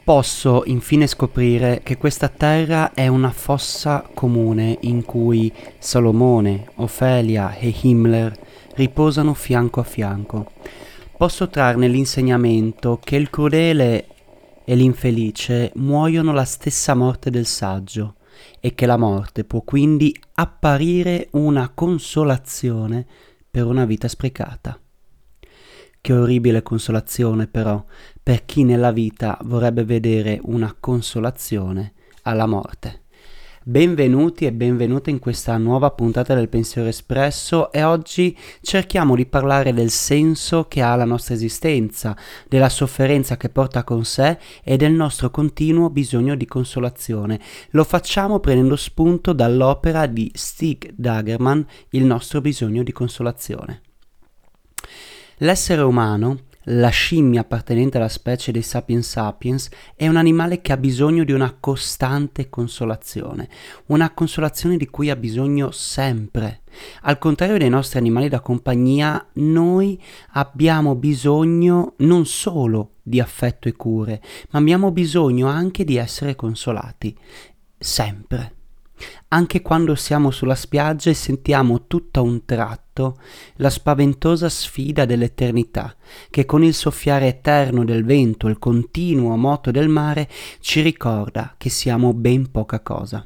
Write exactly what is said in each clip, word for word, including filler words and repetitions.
Posso infine scoprire che questa terra è una fossa comune in cui Salomone, Ofelia e Himmler riposano fianco a fianco. Posso trarne l'insegnamento che il crudele e l'infelice muoiono la stessa morte del saggio e che la morte può quindi apparire una consolazione per una vita sprecata. Che orribile consolazione però per chi nella vita vorrebbe vedere una consolazione alla morte. Benvenuti e benvenute in questa nuova puntata del Pensiero Espresso e oggi cerchiamo di parlare del senso che ha la nostra esistenza, della sofferenza che porta con sé e del nostro continuo bisogno di consolazione. Lo facciamo prendendo spunto dall'opera di Stig Dagerman, Il nostro bisogno di consolazione. L'essere umano, la scimmia appartenente alla specie dei sapiens sapiens, è un animale che ha bisogno di una costante consolazione, una consolazione di cui ha bisogno sempre. Al contrario dei nostri animali da compagnia, noi abbiamo bisogno non solo di affetto e cure, ma abbiamo bisogno anche di essere consolati, sempre. Anche quando siamo sulla spiaggia e sentiamo tutto a un tratto la spaventosa sfida dell'eternità, che con il soffiare eterno del vento e il continuo moto del mare ci ricorda che siamo ben poca cosa.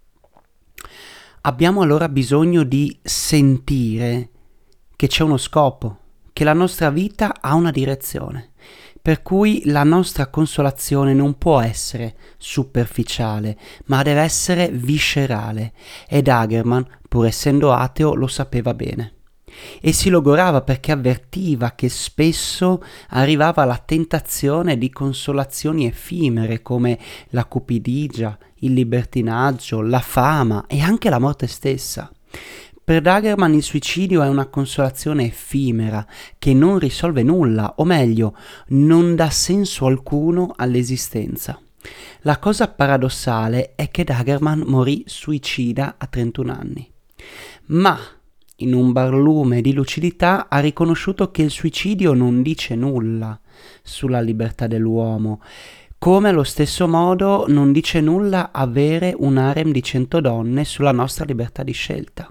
Abbiamo allora bisogno di sentire che c'è uno scopo, che la nostra vita ha una direzione. Per cui la nostra consolazione non può essere superficiale, ma deve essere viscerale. E Dagerman, pur essendo ateo, lo sapeva bene. E si logorava perché avvertiva che spesso arrivava la tentazione di consolazioni effimere come la cupidigia, il libertinaggio, la fama e anche la morte stessa. Per Dagerman il suicidio è una consolazione effimera che non risolve nulla, o meglio, non dà senso alcuno all'esistenza. La cosa paradossale è che Dagerman morì suicida a trentuno anni. Ma, in un barlume di lucidità, ha riconosciuto che il suicidio non dice nulla sulla libertà dell'uomo, come allo stesso modo non dice nulla avere un harem di cento donne sulla nostra libertà di scelta.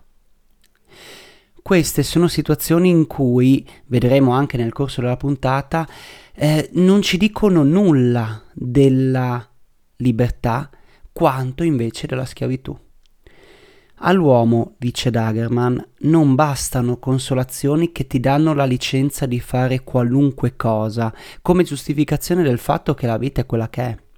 Queste sono situazioni in cui, vedremo anche nel corso della puntata, eh, non ci dicono nulla della libertà quanto invece della schiavitù. All'uomo, dice Dagerman, non bastano consolazioni che ti danno la licenza di fare qualunque cosa, come giustificazione del fatto che la vita è quella che è.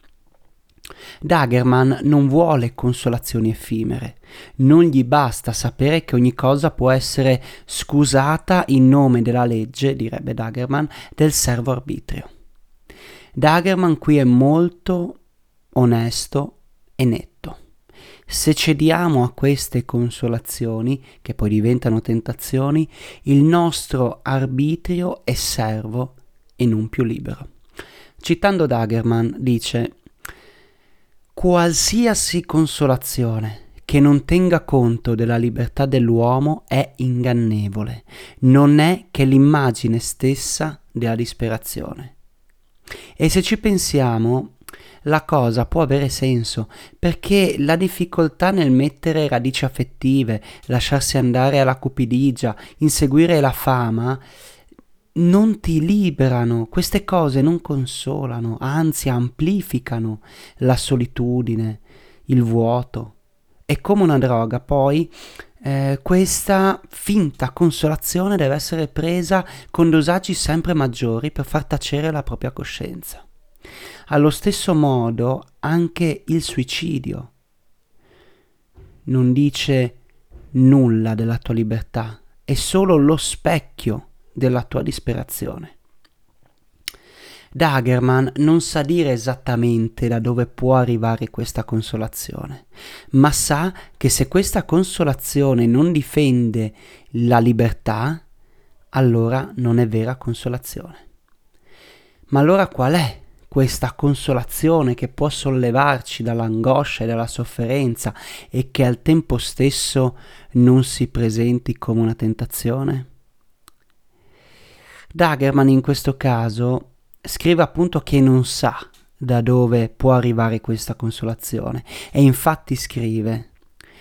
Dagerman non vuole consolazioni effimere, non gli basta sapere che ogni cosa può essere scusata in nome della legge, direbbe Dagerman, del servo arbitrio. Dagerman qui è molto onesto e netto. Se cediamo a queste consolazioni, che poi diventano tentazioni, il nostro arbitrio è servo e non più libero. Citando Dagerman dice: qualsiasi consolazione che non tenga conto della libertà dell'uomo è ingannevole, non è che l'immagine stessa della disperazione. E se ci pensiamo, la cosa può avere senso, perché la difficoltà nel mettere radici affettive, lasciarsi andare alla cupidigia, inseguire la fama, non ti liberano, queste cose non consolano, anzi amplificano la solitudine, il vuoto. E come una droga, poi, eh, questa finta consolazione deve essere presa con dosaggi sempre maggiori per far tacere la propria coscienza. Allo stesso modo, anche il suicidio non dice nulla della tua libertà, è solo lo specchio della tua disperazione. Dagerman non sa dire esattamente da dove può arrivare questa consolazione, ma sa che se questa consolazione non difende la libertà, allora non è vera consolazione. Ma allora qual è questa consolazione che può sollevarci dall'angoscia e dalla sofferenza e che al tempo stesso non si presenti come una tentazione? Dagerman in questo caso scrive appunto che non sa da dove può arrivare questa consolazione e infatti scrive: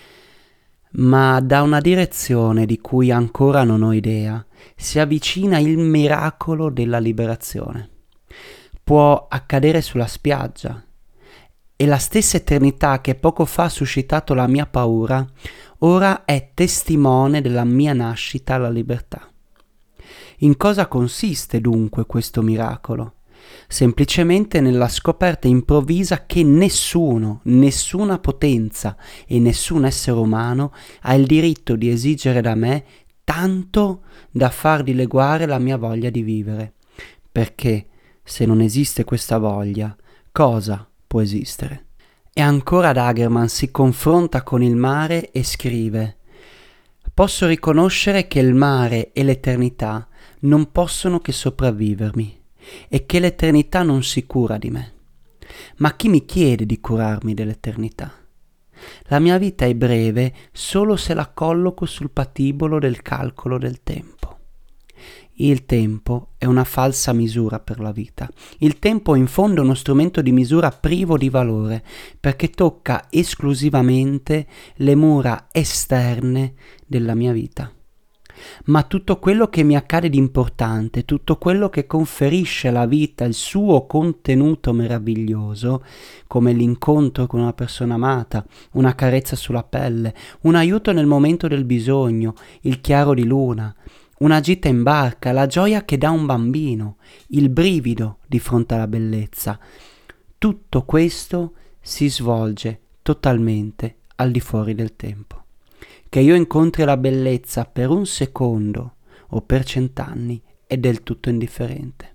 ma da una direzione di cui ancora non ho idea si avvicina il miracolo della liberazione. Può accadere sulla spiaggia e la stessa eternità che poco fa ha suscitato la mia paura ora è testimone della mia nascita alla libertà. In cosa consiste dunque questo miracolo? Semplicemente nella scoperta improvvisa che nessuno, nessuna potenza e nessun essere umano ha il diritto di esigere da me tanto da far dileguare la mia voglia di vivere. Perché se non esiste questa voglia, cosa può esistere? E ancora Dagerman si confronta con il mare e scrive: posso riconoscere che il mare e l'eternità non possono che sopravvivermi e che l'eternità non si cura di me. Ma chi mi chiede di curarmi dell'eternità? La mia vita è breve solo se la colloco sul patibolo del calcolo del tempo. Il tempo è una falsa misura per la vita. Il tempo in fondo è uno strumento di misura privo di valore, perché tocca esclusivamente le mura esterne della mia vita. Ma tutto quello che mi accade di importante, tutto quello che conferisce alla vita il suo contenuto meraviglioso, come l'incontro con una persona amata, una carezza sulla pelle, un aiuto nel momento del bisogno, il chiaro di luna, una gita in barca, la gioia che dà un bambino, il brivido di fronte alla bellezza, tutto questo si svolge totalmente al di fuori del tempo. Che io incontri la bellezza per un secondo o per cent'anni è del tutto indifferente.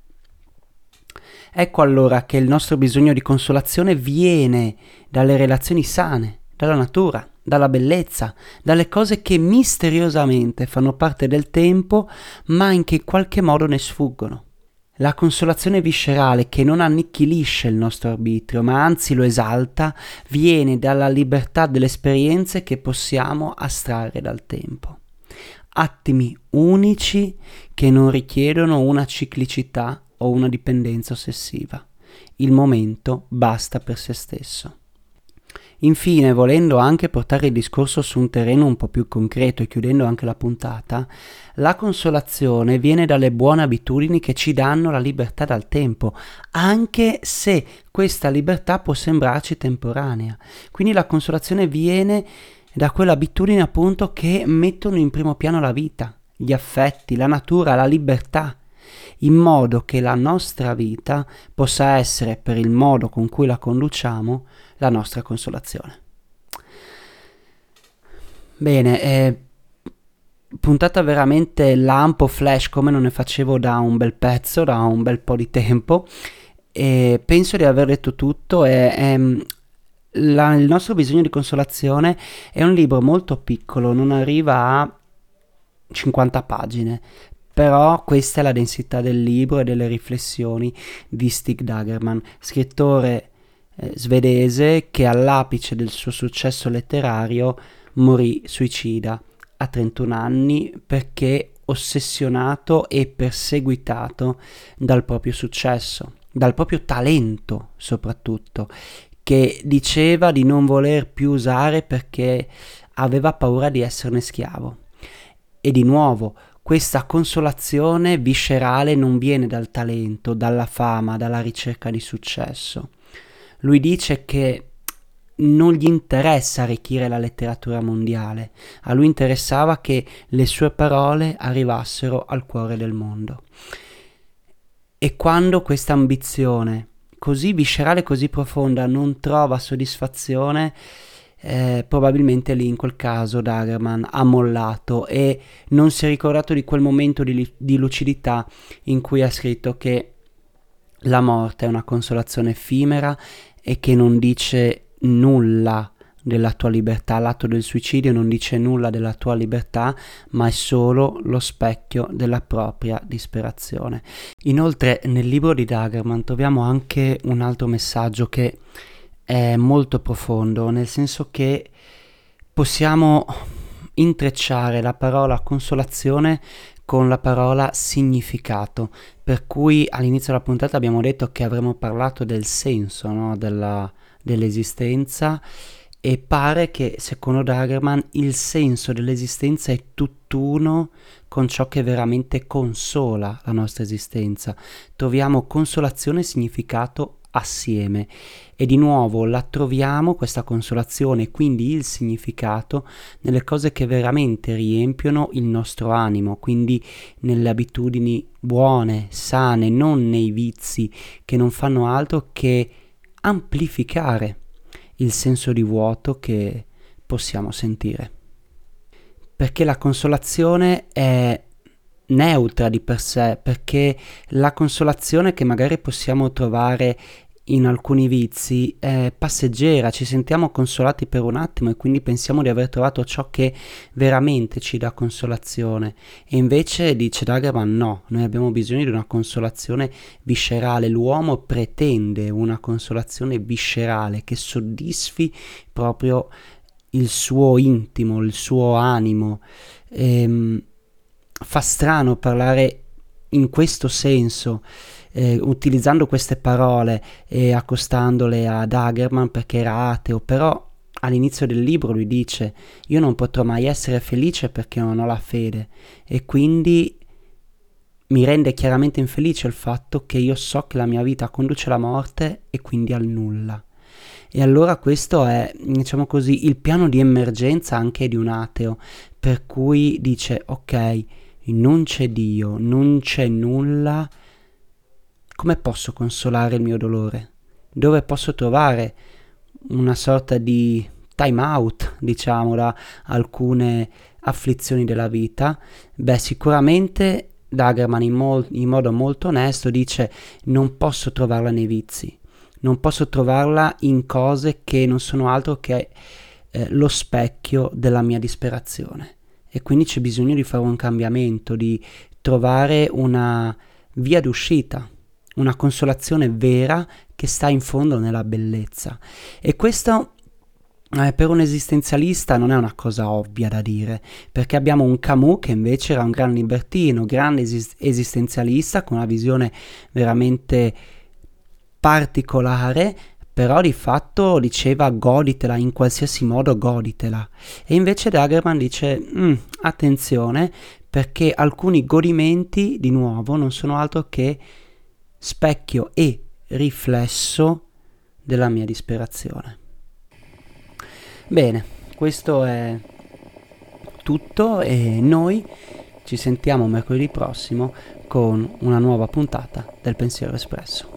Ecco allora che il nostro bisogno di consolazione viene dalle relazioni sane, dalla natura, dalla bellezza, dalle cose che misteriosamente fanno parte del tempo ma in che qualche modo ne sfuggono. La consolazione viscerale che non annichilisce il nostro arbitrio, ma anzi lo esalta, viene dalla libertà delle esperienze che possiamo astrarre dal tempo. Attimi unici che non richiedono una ciclicità o una dipendenza ossessiva. Il momento basta per se stesso. Infine, volendo anche portare il discorso su un terreno un po' più concreto e chiudendo anche la puntata, la consolazione viene dalle buone abitudini che ci danno la libertà dal tempo, anche se questa libertà può sembrarci temporanea. Quindi la consolazione viene da quelle abitudini appunto che mettono in primo piano la vita, gli affetti, la natura, la libertà, in modo che la nostra vita possa essere, per il modo con cui la conduciamo, la nostra consolazione. Bene, eh, puntata veramente lampo flash come non ne facevo da un bel pezzo, da un bel po' di tempo, e penso di aver detto tutto. E, e, la, il nostro bisogno di consolazione è un libro molto piccolo, non arriva a cinquanta pagine, però questa è la densità del libro e delle riflessioni di Stig Dagerman, scrittore eh, svedese che all'apice del suo successo letterario morì suicida a trentuno anni perché ossessionato e perseguitato dal proprio successo, dal proprio talento soprattutto, che diceva di non voler più usare perché aveva paura di esserne schiavo. E di nuovo, questa consolazione viscerale non viene dal talento, dalla fama, dalla ricerca di successo. Lui dice che non gli interessa arricchire la letteratura mondiale, a lui interessava che le sue parole arrivassero al cuore del mondo. E quando questa ambizione così viscerale, così profonda, non trova soddisfazione, Eh, probabilmente lì in quel caso Dagerman ha mollato e non si è ricordato di quel momento di, di lucidità in cui ha scritto che la morte è una consolazione effimera e che non dice nulla della tua libertà. L'atto del suicidio non dice nulla della tua libertà, ma è solo lo specchio della propria disperazione. Inoltre nel libro di Dagerman troviamo anche un altro messaggio che è molto profondo, nel senso che possiamo intrecciare la parola consolazione con la parola significato, per cui all'inizio della puntata abbiamo detto che avremmo parlato del senso, no? Della, dell'esistenza, e pare che secondo Dagerman il senso dell'esistenza è tutt'uno con ciò che veramente consola la nostra esistenza. Troviamo consolazione e significato assieme, e di nuovo la troviamo questa consolazione, quindi il significato, nelle cose che veramente riempiono il nostro animo, quindi nelle abitudini buone, sane, non nei vizi che non fanno altro che amplificare il senso di vuoto che possiamo sentire. Perché la consolazione è neutra di per sé, perché la consolazione che magari possiamo trovare in alcuni vizi è passeggera, ci sentiamo consolati per un attimo e quindi pensiamo di aver trovato ciò che veramente ci dà consolazione, e invece dice Dagerman no, noi abbiamo bisogno di una consolazione viscerale, l'uomo pretende una consolazione viscerale che soddisfi proprio il suo intimo, il suo animo. Ehm, fa strano parlare in questo senso, eh, utilizzando queste parole e accostandole a Dagerman perché era ateo, però all'inizio del libro lui dice: io non potrò mai essere felice perché non ho la fede, e quindi mi rende chiaramente infelice il fatto che io so che la mia vita conduce alla morte e quindi al nulla. E allora questo è, diciamo così, il piano di emergenza anche di un ateo, per cui dice: ok, non c'è Dio, non c'è nulla, come posso consolare il mio dolore? Dove posso trovare una sorta di time out, diciamo, da alcune afflizioni della vita? Beh, sicuramente Dagerman in, mol- in modo molto onesto dice: non posso trovarla nei vizi, non posso trovarla in cose che non sono altro che eh, lo specchio della mia disperazione, e quindi c'è bisogno di fare un cambiamento, di trovare una via d'uscita, una consolazione vera che sta in fondo nella bellezza. E questo eh, per un esistenzialista non è una cosa ovvia da dire, perché abbiamo un Camus che invece era un gran libertino, grande esist- esistenzialista con una visione veramente particolare, però di fatto diceva goditela, in qualsiasi modo goditela. E invece Dagerman dice mm, attenzione, perché alcuni godimenti di nuovo non sono altro che specchio e riflesso della mia disperazione. Bene, questo è tutto e noi ci sentiamo mercoledì prossimo con una nuova puntata del Pensiero Espresso.